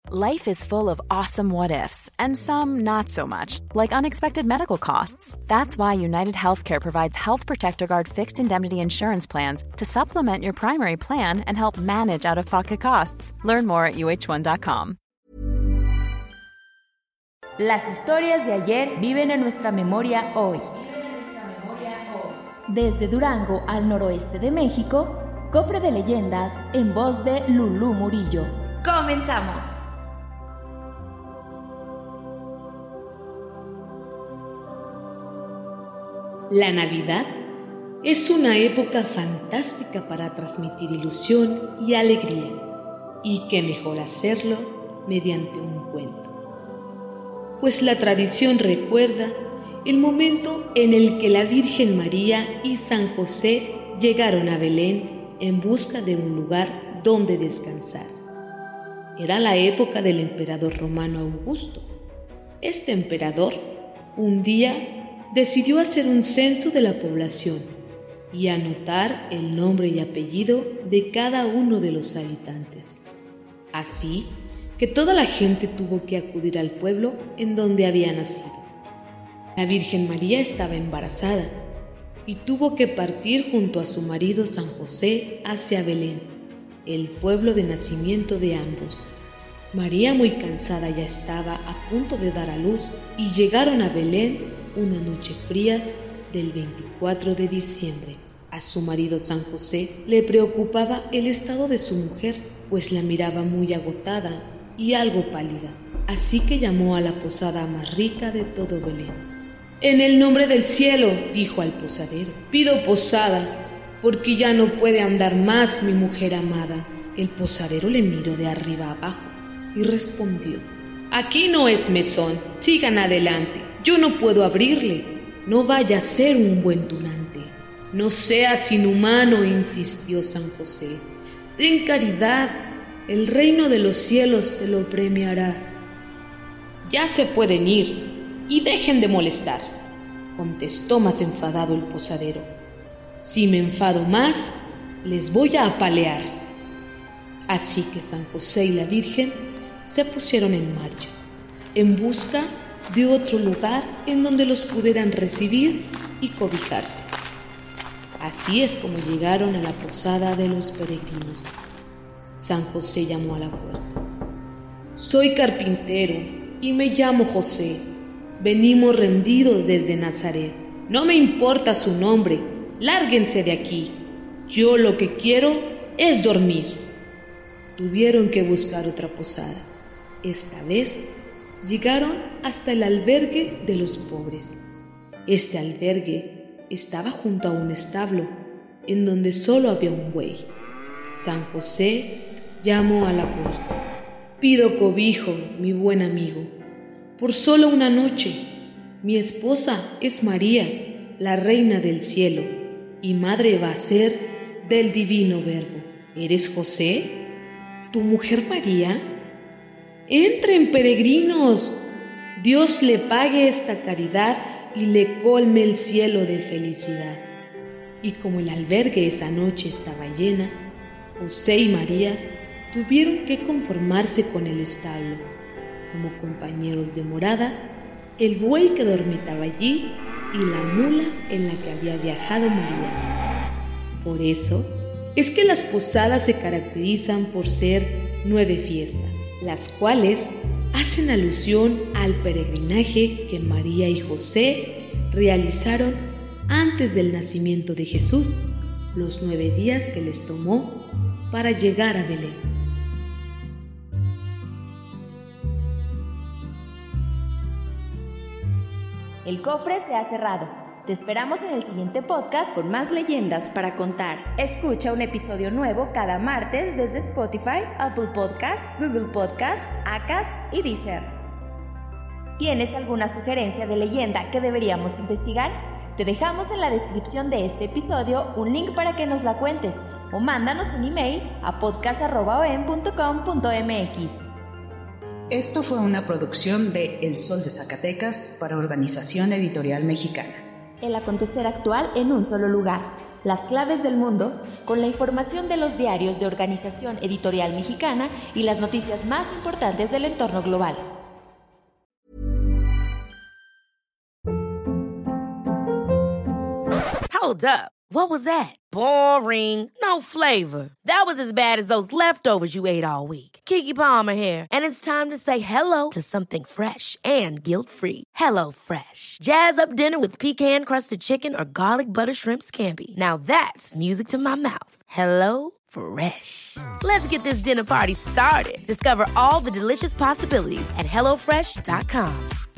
Life is full of awesome what-ifs, and some not so much, like unexpected medical costs. That's why United Healthcare provides Health Protector Guard fixed indemnity insurance plans to supplement your primary plan and help manage out-of-pocket costs. Learn more at uh1.com. Las historias de ayer viven en nuestra memoria hoy. Desde Durango al noroeste de México, Cofre de Leyendas en voz de Lulú Murillo. ¡Comenzamos! La Navidad es una época fantástica para transmitir ilusión y alegría, y qué mejor hacerlo mediante un cuento. Pues la tradición recuerda el momento en el que la Virgen María y San José llegaron a Belén en busca de un lugar donde descansar. Era la época del emperador romano Augusto. Este emperador, un día, decidió hacer un censo de la población y anotar el nombre y apellido de cada uno de los habitantes. Así que toda la gente tuvo que acudir al pueblo en donde había nacido. La Virgen María estaba embarazada y tuvo que partir junto a su marido San José hacia Belén, el pueblo de nacimiento de ambos. María, muy cansada, ya estaba a punto de dar a luz y llegaron a Belén una noche fría del 24 de diciembre. A su marido San José le preocupaba el estado de su mujer, pues la miraba muy agotada y algo pálida. Así que llamó a la posada más rica de todo Belén. «En el nombre del cielo», dijo al posadero, «pido posada, porque ya no puede andar más mi mujer amada». El posadero le miró de arriba abajo y respondió: «Aquí no es mesón, sigan adelante. Yo no puedo abrirle, no vaya a ser un buen tunante». «No seas inhumano», insistió San José. «Ten caridad, el reino de los cielos te lo premiará». «Ya se pueden ir y dejen de molestar», contestó más enfadado el posadero. «Si me enfado más, les voy a apalear». Así que San José y la Virgen se pusieron en marcha, en busca de otro lugar en donde los pudieran recibir y cobijarse. Así es como llegaron a la posada de los peregrinos. San José llamó a la puerta. «Soy carpintero y me llamo José. Venimos rendidos desde Nazaret. No me importa su nombre, lárguense de aquí. Yo lo que quiero es dormir». Tuvieron que buscar otra posada. Esta vez llegaron hasta el albergue de los pobres. Este albergue estaba junto a un establo, en donde solo había un buey. San José llamó a la puerta. «Pido cobijo, mi buen amigo, por solo una noche. Mi esposa es María, la reina del cielo, y madre va a ser del divino Verbo. ¿Eres José? ¿Tu mujer María? Entren, peregrinos. Dios le pague esta caridad y le colme el cielo de felicidad». Y como el albergue esa noche estaba llena, José y María tuvieron que conformarse con el establo. Como compañeros de morada, el buey que dormitaba allí y la mula en la que había viajado María. Por eso es que las posadas se caracterizan por ser 9 fiestas, las cuales hacen alusión al peregrinaje que María y José realizaron antes del nacimiento de Jesús, los 9 días que les tomó para llegar a Belén. El cofre se ha cerrado. Te esperamos en el siguiente podcast con más leyendas para contar. Escucha un episodio nuevo cada martes desde Spotify, Apple Podcasts, Google Podcasts, Acast y Deezer. ¿Tienes alguna sugerencia de leyenda que deberíamos investigar? Te dejamos en la descripción de este episodio un link para que nos la cuentes o mándanos un email a podcast@oen.com.mx. Esto fue una producción de El Sol de Zacatecas para Organización Editorial Mexicana. El acontecer actual en un solo lugar. las claves del mundo, con la información de los diarios de Organización Editorial Mexicana y las noticias más importantes del entorno global. Hold up. What was that? Boring. No flavor. That was as bad as those leftovers you ate all week. Keke Palmer here, and it's time to say hello to something fresh and guilt-free. Hello Fresh. Jazz up dinner with pecan-crusted chicken or garlic butter shrimp scampi. Now that's music to my mouth. Hello Fresh. Let's get this dinner party started. Discover all the delicious possibilities at HelloFresh.com.